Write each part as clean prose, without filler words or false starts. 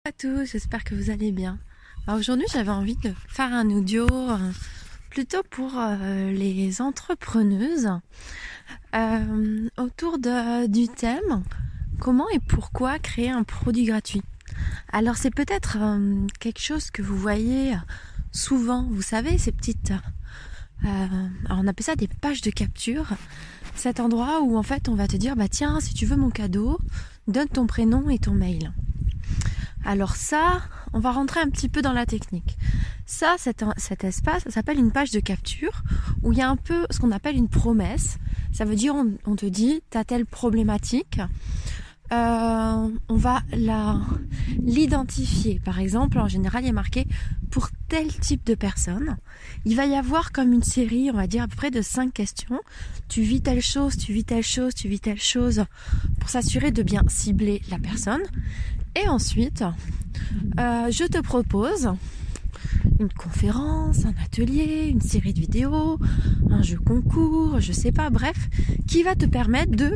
à tous, j'espère que vous allez bien. Alors aujourd'hui j'avais envie de faire un audio plutôt pour les entrepreneuses autour du thème comment et pourquoi créer un produit gratuit. Alors c'est peut-être quelque chose que vous voyez souvent, vous savez ces petites... alors on appelle ça des pages de capture, cet endroit où en fait on va te dire bah tiens si tu veux mon cadeau, donne ton prénom et ton mail. Alors ça, on va rentrer un petit peu dans la technique. Ça, cet espace, ça s'appelle une page de capture où il y a un peu ce qu'on appelle une promesse. Ça veut dire on te dit t'as telle problématique, on va l'identifier. Par exemple, en général, il y a marqué pour tel type de personne. Il va y avoir comme une série, on va dire à peu près de 5 questions. Tu vis telle chose, tu vis telle chose, tu vis telle chose, pour s'assurer de bien cibler la personne. Et ensuite, je te propose une conférence, un atelier, une série de vidéos, un jeu concours, je sais pas, bref, qui va te permettre de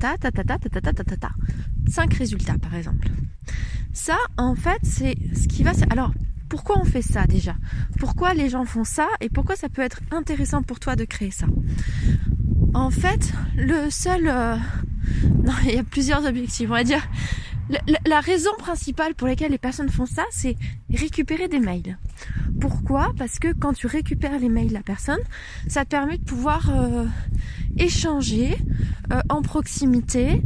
5 résultats par exemple. Ça, en fait, c'est ce qui va... Alors, pourquoi on fait ça déjà ? Pourquoi les gens font ça et pourquoi ça peut être intéressant pour toi de créer ça ? En fait, le seul... Non, il y a plusieurs objectifs, on va dire... La raison principale pour laquelle les personnes font ça, c'est récupérer des mails. Pourquoi ? Parce que quand tu récupères les mails de la personne, ça te permet de pouvoir échanger en proximité,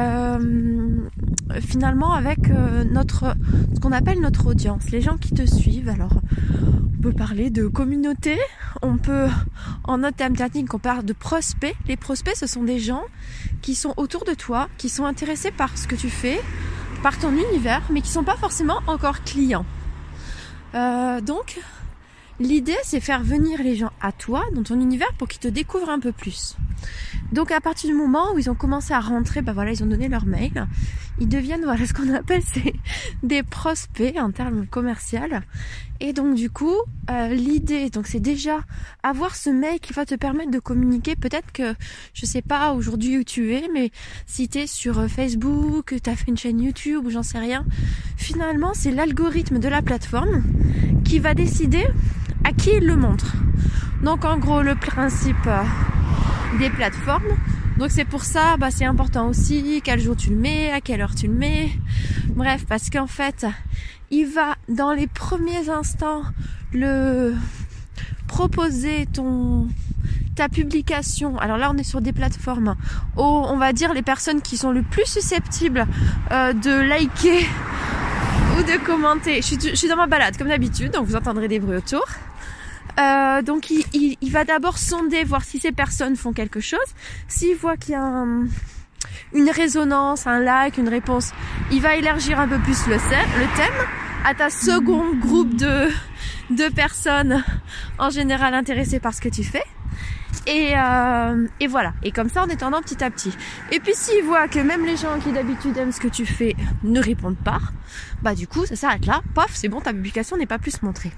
finalement avec ce qu'on appelle notre audience, les gens qui te suivent. Alors, on peut parler de communauté, on peut, en notre terme technique, on parle de prospects. Les prospects, ce sont des gens qui sont autour de toi, qui sont intéressés par ce que tu fais, par ton univers, mais qui sont pas forcément encore clients. Donc, l'idée, c'est faire venir les gens à toi, dans ton univers, pour qu'ils te découvrent un peu plus. Donc, à partir du moment où ils ont commencé à rentrer, bah voilà, ils ont donné leur mail, ils deviennent, voilà, ce qu'on appelle des prospects en termes commercial. Et donc, du coup, l'idée, donc, c'est déjà avoir ce mail qui va te permettre de communiquer. Peut-être que, je sais pas aujourd'hui où tu es, mais si tu es sur Facebook, que tu as fait une chaîne YouTube ou j'en sais rien, finalement, c'est l'algorithme de la plateforme qui va décider à qui il le montre. Donc, en gros, le principe des plateformes. Donc c'est pour ça, bah c'est important aussi quel jour tu le mets, à quelle heure tu le mets. Bref, parce qu'en fait, il va dans les premiers instants le proposer ta publication. Alors là, on est sur des plateformes où on va dire les personnes qui sont le plus susceptibles de liker ou de commenter. Je suis dans ma balade comme d'habitude, donc vous entendrez des bruits autour. Donc il va d'abord sonder, voir si ces personnes font quelque chose. S'il voit qu'il y a une résonance, un like, une réponse, il va élargir un peu plus le thème à ta second groupe de personnes en général intéressées par ce que tu fais. Et voilà. Et comme ça, en étendant petit à petit. Et puis s'il voit que même les gens qui d'habitude aiment ce que tu fais ne répondent pas, bah du coup ça s'arrête là. Paf, c'est bon, ta publication n'est pas plus montrée.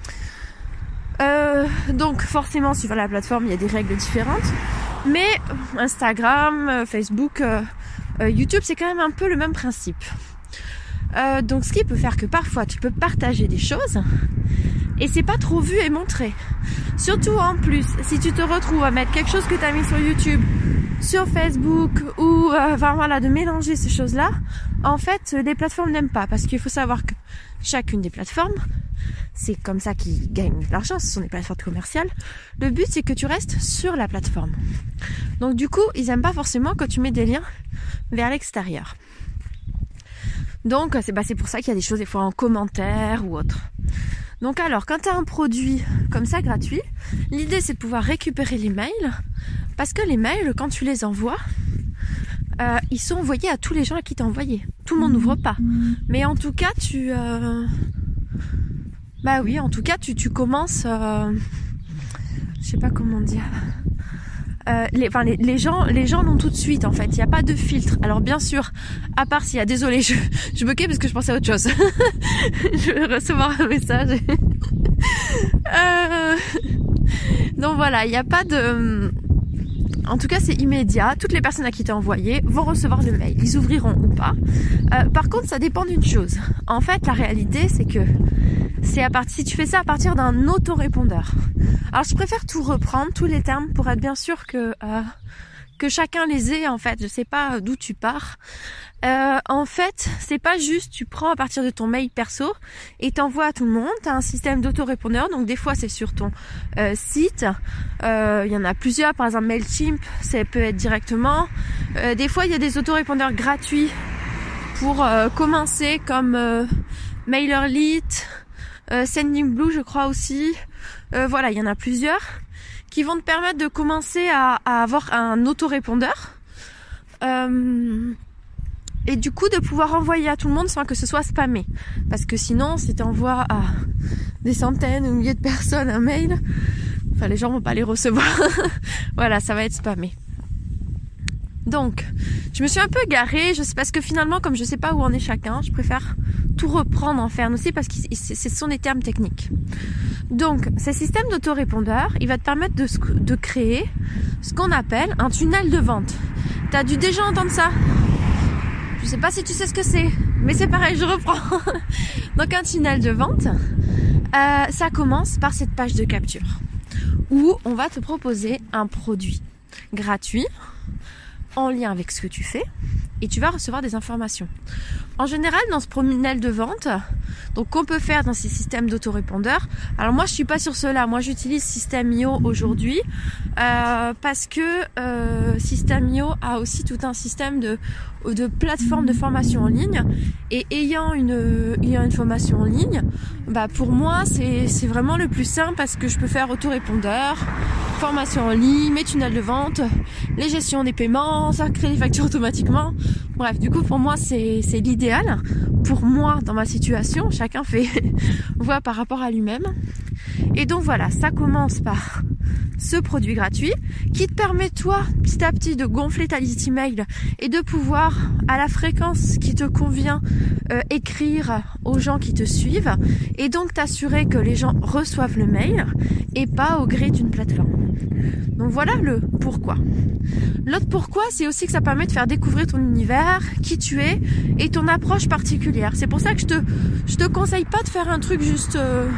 Donc forcément suivant la plateforme il y a des règles différentes, mais Instagram, Facebook, YouTube c'est quand même un peu le même principe. Donc ce qui peut faire que parfois tu peux partager des choses et c'est pas trop vu et montré. Surtout en plus si tu te retrouves à mettre quelque chose que tu as mis sur YouTube, sur Facebook ou voilà, de mélanger ces choses-là, en fait les plateformes n'aiment pas parce qu'il faut savoir que chacune des plateformes, c'est comme ça qu'ils gagnent de l'argent, ce sont des plateformes commerciales. Le but c'est que tu restes sur la plateforme. Donc du coup, ils aiment pas forcément quand tu mets des liens vers l'extérieur. Donc c'est pour ça qu'il y a des choses des fois en commentaire ou autre. Donc alors, quand tu as un produit comme ça gratuit, l'idée c'est de pouvoir récupérer les mails, parce que les mails, quand tu les envoies, ils sont envoyés à tous les gens à qui t'as envoyé. Tout le monde n'ouvre pas. Mais en tout cas, tu commences... je sais pas comment dire... les gens l'ont tout de suite en fait, il n'y a pas de filtre. Alors bien sûr, à part s'il y a, désolé, je bloquais parce que je pensais à autre chose. Je vais recevoir un message. Donc voilà, il n'y a pas de en tout cas c'est immédiat, toutes les personnes à qui t'es envoyé vont recevoir le mail, ils ouvriront ou pas. Par contre ça dépend d'une chose, en fait la réalité c'est que si tu fais ça à partir d'un autorépondeur. Alors je préfère tout reprendre, tous les termes, pour être bien sûr que chacun les ait en fait. Je sais pas d'où tu pars. En fait, c'est pas juste tu prends à partir de ton mail perso et t'envoies à tout le monde. T'as un système d'autorépondeur, donc des fois c'est sur ton site. Il y en a plusieurs, par exemple Mailchimp, ça peut être directement. Des fois il y a des autorépondeurs gratuits pour commencer, comme MailerLite, Sendinblue je crois aussi. Voilà, il y en a plusieurs qui vont te permettre de commencer à avoir un autorépondeur. Et du coup de pouvoir envoyer à tout le monde sans que ce soit spammé. Parce que sinon, si tu envoies à des centaines ou milliers de personnes un mail, enfin les gens vont pas les recevoir. Voilà, ça va être spammé. Donc, je me suis un peu garée, parce que finalement, comme je sais pas où en est chacun, je préfère tout reprendre en faire aussi parce que ce sont des termes techniques. Donc, ce système d'autorépondeur, il va te permettre de créer ce qu'on appelle un tunnel de vente. T'as dû déjà entendre ça? Je sais pas si tu sais ce que c'est, mais c'est pareil, je reprends. Donc, un tunnel de vente, ça commence par cette page de capture où on va te proposer un produit gratuit en lien avec ce que tu fais et tu vas recevoir des informations. En général, dans ce tunnel de vente, donc qu'on peut faire dans ces systèmes d'autorépondeurs. Alors moi, je suis pas sur cela. Moi, j'utilise System.io aujourd'hui parce que System.io a aussi tout un système de plateforme de formation en ligne. Et ayant une formation en ligne, bah pour moi, c'est vraiment le plus simple parce que je peux faire autorépondeur, formation en ligne, mes tunnels de vente, les gestions des paiements, ça crée les factures automatiquement. Bref, du coup, pour moi, c'est l'idéal. Pour moi, dans ma situation, chacun voit par rapport à lui-même. Et donc voilà, ça commence par ce produit gratuit qui te permet toi, petit à petit, de gonfler ta liste email et de pouvoir, à la fréquence qui te convient, écrire aux gens qui te suivent et donc t'assurer que les gens reçoivent le mail et pas au gré d'une plateforme. Donc voilà le pourquoi. L'autre pourquoi, c'est aussi que ça permet de faire découvrir ton univers, qui tu es et ton approche particulière. C'est pour ça que je te conseille pas de faire un truc juste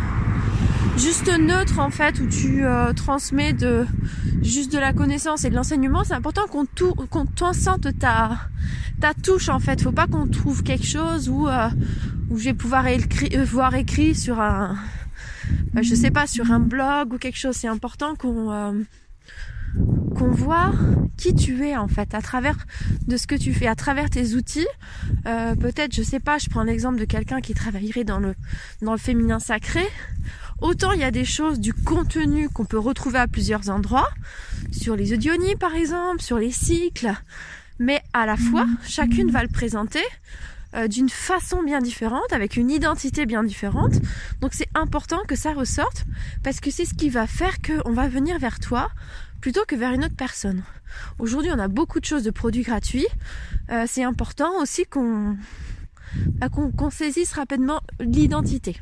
neutre en fait, où tu transmets juste de la connaissance et de l'enseignement. C'est important qu'on sente ta touche en fait. Faut pas qu'on trouve quelque chose où je vais pouvoir voir écrit sur je sais pas, sur un blog ou quelque chose. C'est important qu'on voit qui tu es en fait à travers de ce que tu fais, à travers tes outils. Peut-être, je sais pas, je prends l'exemple de quelqu'un qui travaillerait dans le féminin sacré. Autant il y a des choses, du contenu qu'on peut retrouver à plusieurs endroits, sur les audionies par exemple, sur les cycles, mais à la fois, chacune va le présenter d'une façon bien différente, avec une identité bien différente. Donc c'est important que ça ressorte, parce que c'est ce qui va faire qu'on va venir vers toi plutôt que vers une autre personne. Aujourd'hui, on a beaucoup de choses, de produits gratuits. C'est important aussi qu'on saisisse rapidement l'identité.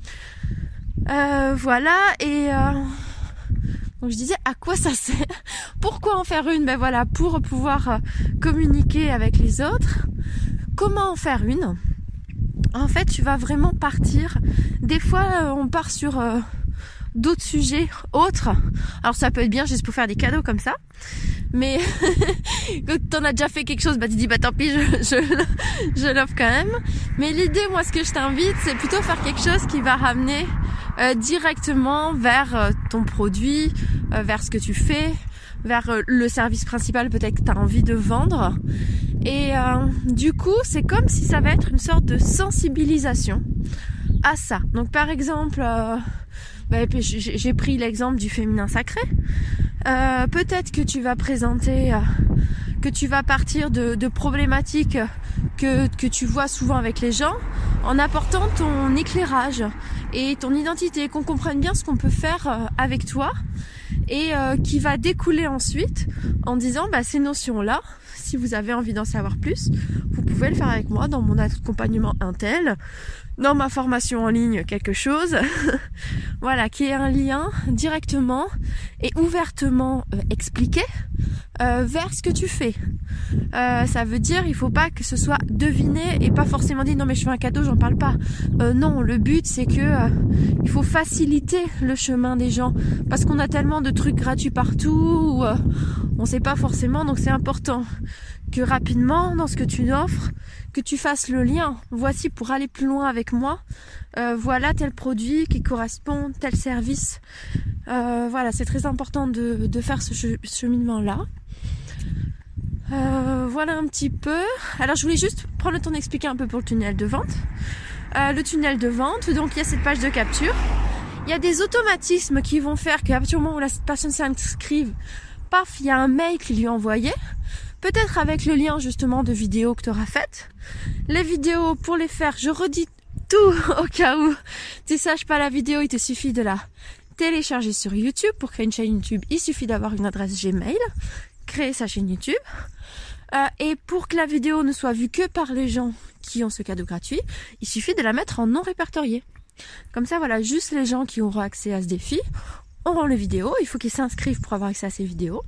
Voilà, et donc je disais à quoi ça sert, pourquoi en faire une? Ben voilà, pour pouvoir communiquer avec les autres. Comment en faire une? En fait, tu vas vraiment partir. Des fois, on part sur d'autres sujets autres. Alors ça peut être bien juste pour faire des cadeaux comme ça. Mais quand t'en as déjà fait quelque chose, bah tu dis bah tant pis, je l'offre quand même. Mais l'idée, moi, ce que je t'invite, c'est plutôt faire quelque chose qui va ramener directement vers ton produit, vers ce que tu fais, vers le service principal peut-être que tu as envie de vendre. Et du coup, c'est comme si ça va être une sorte de sensibilisation à ça. Donc par exemple, j'ai pris l'exemple du féminin sacré. Peut-être que tu vas présenter, que tu vas partir de problématiques que tu vois souvent avec les gens, en apportant ton éclairage et ton identité, qu'on comprenne bien ce qu'on peut faire avec toi, et qui va découler ensuite en disant ces notions-là, si vous avez envie d'en savoir plus, vous pouvez le faire avec moi dans mon accompagnement Intel, dans ma formation en ligne quelque chose, voilà, qui est un lien directement et ouvertement expliqué vers ce que tu fais. Ça veut dire il faut pas que ce soit deviné et pas forcément dit non mais je fais un cadeau, j'en parle pas. Non, le but c'est que il faut faciliter le chemin des gens parce qu'on a tellement de trucs gratuits partout où on sait pas forcément, donc c'est important que rapidement dans ce que tu offres, que tu fasses le lien. Voici pour aller plus loin avec moi, voilà tel produit qui correspond, tel service. Voilà, c'est très important de faire ce cheminement là. Voilà un petit peu. Alors je voulais juste prendre le temps d'expliquer un peu pour le tunnel de vente. Le tunnel de vente, donc il y a cette page de capture. Il y a des automatismes qui vont faire qu'à partir du moment où la personne s'inscrive, paf, il y a un mail qui lui est envoyé. Peut-être avec le lien justement de vidéo que tu auras faite. Les vidéos, pour les faire, je redis tout au cas où tu ne saches pas la vidéo, il te suffit de la télécharger sur YouTube. Pour créer une chaîne YouTube, il suffit d'avoir une adresse Gmail, créer sa chaîne YouTube. Et pour que la vidéo ne soit vue que par les gens qui ont ce cadeau gratuit, il suffit de la mettre en non répertorié. Comme ça, voilà, juste les gens qui auront accès à ce défi auront les vidéos. Il faut qu'ils s'inscrivent pour avoir accès à ces vidéos.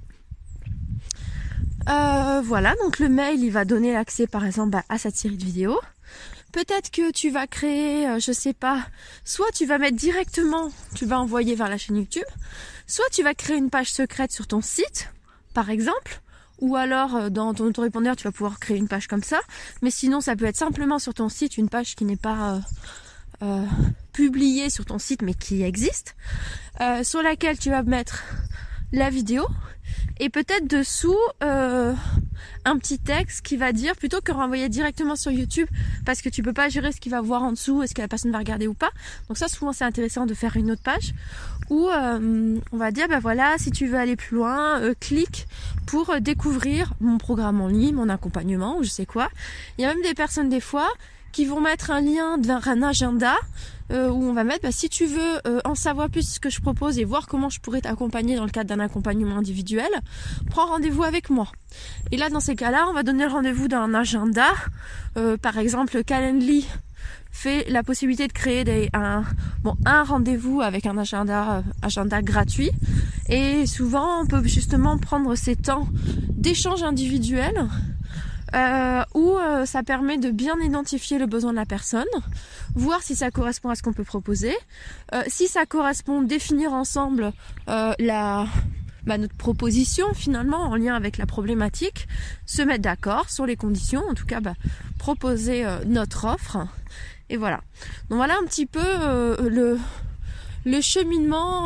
Voilà, donc le mail, il va donner l'accès par exemple à cette série de vidéos. Peut-être que tu vas créer, je sais pas, soit tu vas mettre directement, tu vas envoyer vers la chaîne YouTube, soit tu vas créer une page secrète sur ton site, par exemple, ou alors dans ton autorépondeur, tu vas pouvoir créer une page comme ça. Mais sinon, ça peut être simplement sur ton site, une page qui n'est pas publiée sur ton site, mais qui existe, sur laquelle tu vas mettre la vidéo. Et peut-être dessous un petit texte qui va dire, plutôt que renvoyer directement sur YouTube, parce que tu peux pas gérer ce qu'il va voir en dessous, est-ce que la personne va regarder ou pas. Donc ça, souvent c'est intéressant de faire une autre page où on va dire, ben voilà, si tu veux aller plus loin, clique pour découvrir mon programme en ligne, mon accompagnement ou je sais quoi. Il y a même des personnes des fois qui vont mettre un lien vers un agenda où on va mettre, si tu veux en savoir plus sur ce que je propose et voir comment je pourrais t'accompagner dans le cadre d'un accompagnement individuel, prends rendez-vous avec moi. Et là, dans ces cas-là, on va donner le rendez-vous d'un agenda. Par exemple, Calendly fait la possibilité de créer un rendez-vous avec un agenda gratuit. Et souvent, on peut justement prendre ces temps d'échange individuel où ça permet de bien identifier le besoin de la personne, voir si ça correspond à ce qu'on peut proposer. Si ça correspond, définir ensemble notre proposition finalement en lien avec la problématique, se mettre d'accord sur les conditions, en tout cas proposer notre offre. Et voilà. Donc voilà un petit peu le cheminement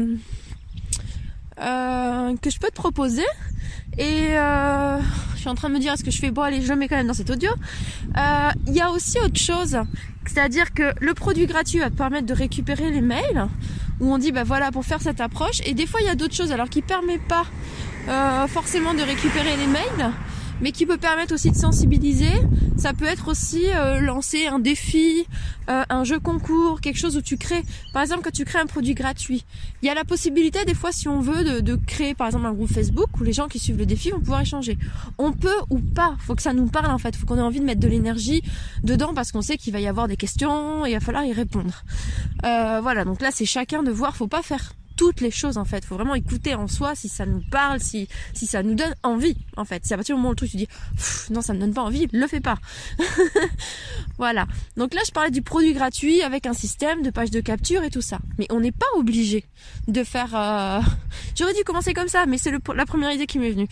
que je peux te proposer. Et je suis en train de me dire, est-ce que je fais allez, je le mets quand même dans cet audio. Il y a aussi autre chose, c'est-à-dire que le produit gratuit va te permettre de récupérer les mails où on dit voilà pour faire cette approche. Et des fois il y a d'autres choses alors qui ne permet pas forcément de récupérer les mails, mais qui peut permettre aussi de sensibiliser. Ça peut être aussi lancer un défi, un jeu concours, quelque chose où tu crées, par exemple quand tu crées un produit gratuit, il y a la possibilité des fois si on veut de créer par exemple un groupe Facebook où les gens qui suivent le défi vont pouvoir échanger. On peut ou pas, faut que ça nous parle en fait, faut qu'on ait envie de mettre de l'énergie dedans parce qu'on sait qu'il va y avoir des questions et il va falloir y répondre. Voilà, donc là c'est chacun de voir, faut pas faire toutes les choses en fait, faut vraiment écouter en soi si ça nous parle, si ça nous donne envie en fait. Si à partir du moment où le truc tu dis non ça me donne pas envie, le fais pas. Voilà, donc là je parlais du produit gratuit avec un système de page de capture et tout ça, mais on n'est pas obligé de faire j'aurais dû commencer comme ça, mais c'est la première idée qui m'est venue.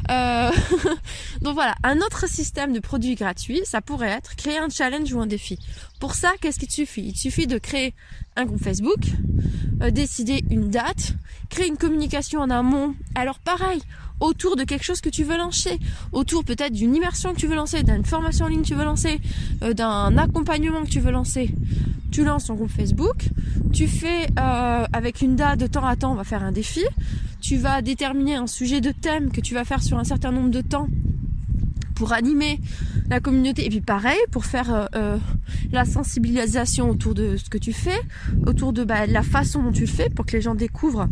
Donc voilà, un autre système de produit gratuit, ça pourrait être créer un challenge ou un défi. Pour ça, qu'est-ce qu'il te suffit? Il te suffit de créer un groupe Facebook, décider une date, créer une communication en amont. Alors pareil, autour de quelque chose que tu veux lancer, autour peut-être d'une immersion que tu veux lancer, d'une formation en ligne que tu veux lancer, d'un accompagnement que tu veux lancer. Tu lances ton groupe Facebook, tu fais avec une date de temps à temps, on va faire un défi, tu vas déterminer un sujet de thème que tu vas faire sur un certain nombre de temps pour animer la communauté, et puis pareil pour faire la sensibilisation autour de ce que tu fais, autour de la façon dont tu le fais, pour que les gens découvrent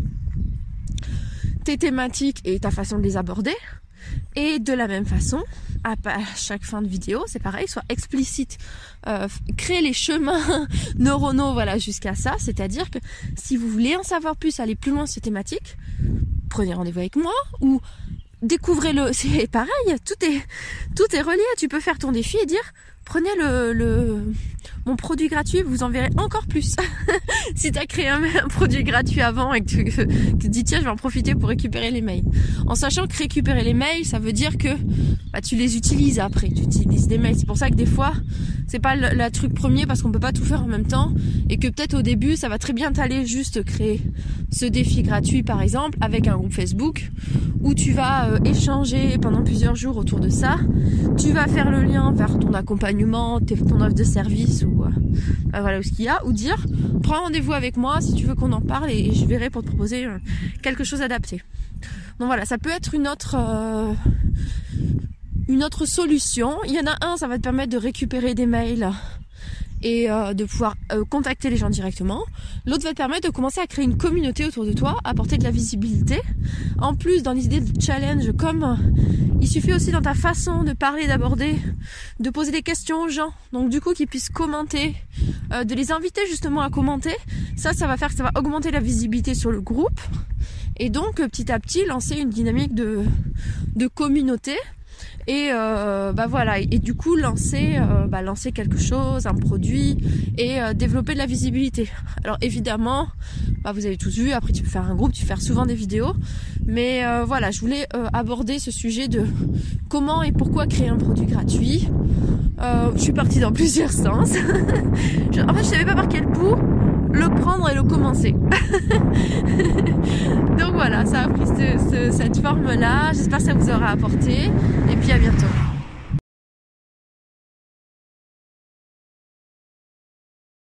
tes thématiques et ta façon de les aborder. Et de la même façon, à chaque fin de vidéo, c'est pareil, soit explicite, créer les chemins neuronaux, jusqu'à ça. C'est-à-dire que si vous voulez en savoir plus, aller plus loin sur ces thématiques, prenez rendez-vous avec moi, ou découvrez-le. C'est pareil, tout est relié. Tu peux faire ton défi et dire prenez mon produit gratuit, vous en verrez encore plus. Si tu as créé un produit gratuit avant et que tu dis tiens, je vais en profiter pour récupérer les mails. En sachant que récupérer les mails, ça veut dire que tu les utilises après, tu utilises des mails. C'est pour ça que des fois, c'est pas le truc premier parce qu'on peut pas tout faire en même temps et que peut-être au début, ça va très bien t'aller juste créer ce défi gratuit par exemple avec un groupe Facebook où tu vas échanger pendant plusieurs jours autour de ça. Tu vas faire le lien vers ton accompagnement, ton offre de service ou voilà ce qu'il y a, ou dire prends rendez-vous avec moi si tu veux qu'on en parle et je verrai pour te proposer quelque chose adapté. Donc voilà, ça peut être une autre solution. Il y en a un, ça va te permettre de récupérer des mails et de pouvoir contacter les gens directement. L'autre va te permettre de commencer à créer une communauté autour de toi, apporter de la visibilité. En plus, dans l'idée de challenge, comme il suffit aussi dans ta façon de parler, d'aborder, de poser des questions aux gens, donc du coup qu'ils puissent commenter, de les inviter justement à commenter, ça va faire que ça va augmenter la visibilité sur le groupe et donc petit à petit lancer une dynamique de communauté. Et voilà, et du coup lancer quelque chose, un produit et développer de la visibilité. Alors évidemment, vous avez tous vu, après tu peux faire un groupe, tu peux faire souvent des vidéos, mais voilà, je voulais aborder ce sujet de comment et pourquoi créer un produit gratuit. Je suis partie dans plusieurs sens. En fait, je savais pas par quel bout le prendre et le commencer. Donc voilà, ça a pris cette forme-là. J'espère que ça vous aura apporté. Et puis à bientôt.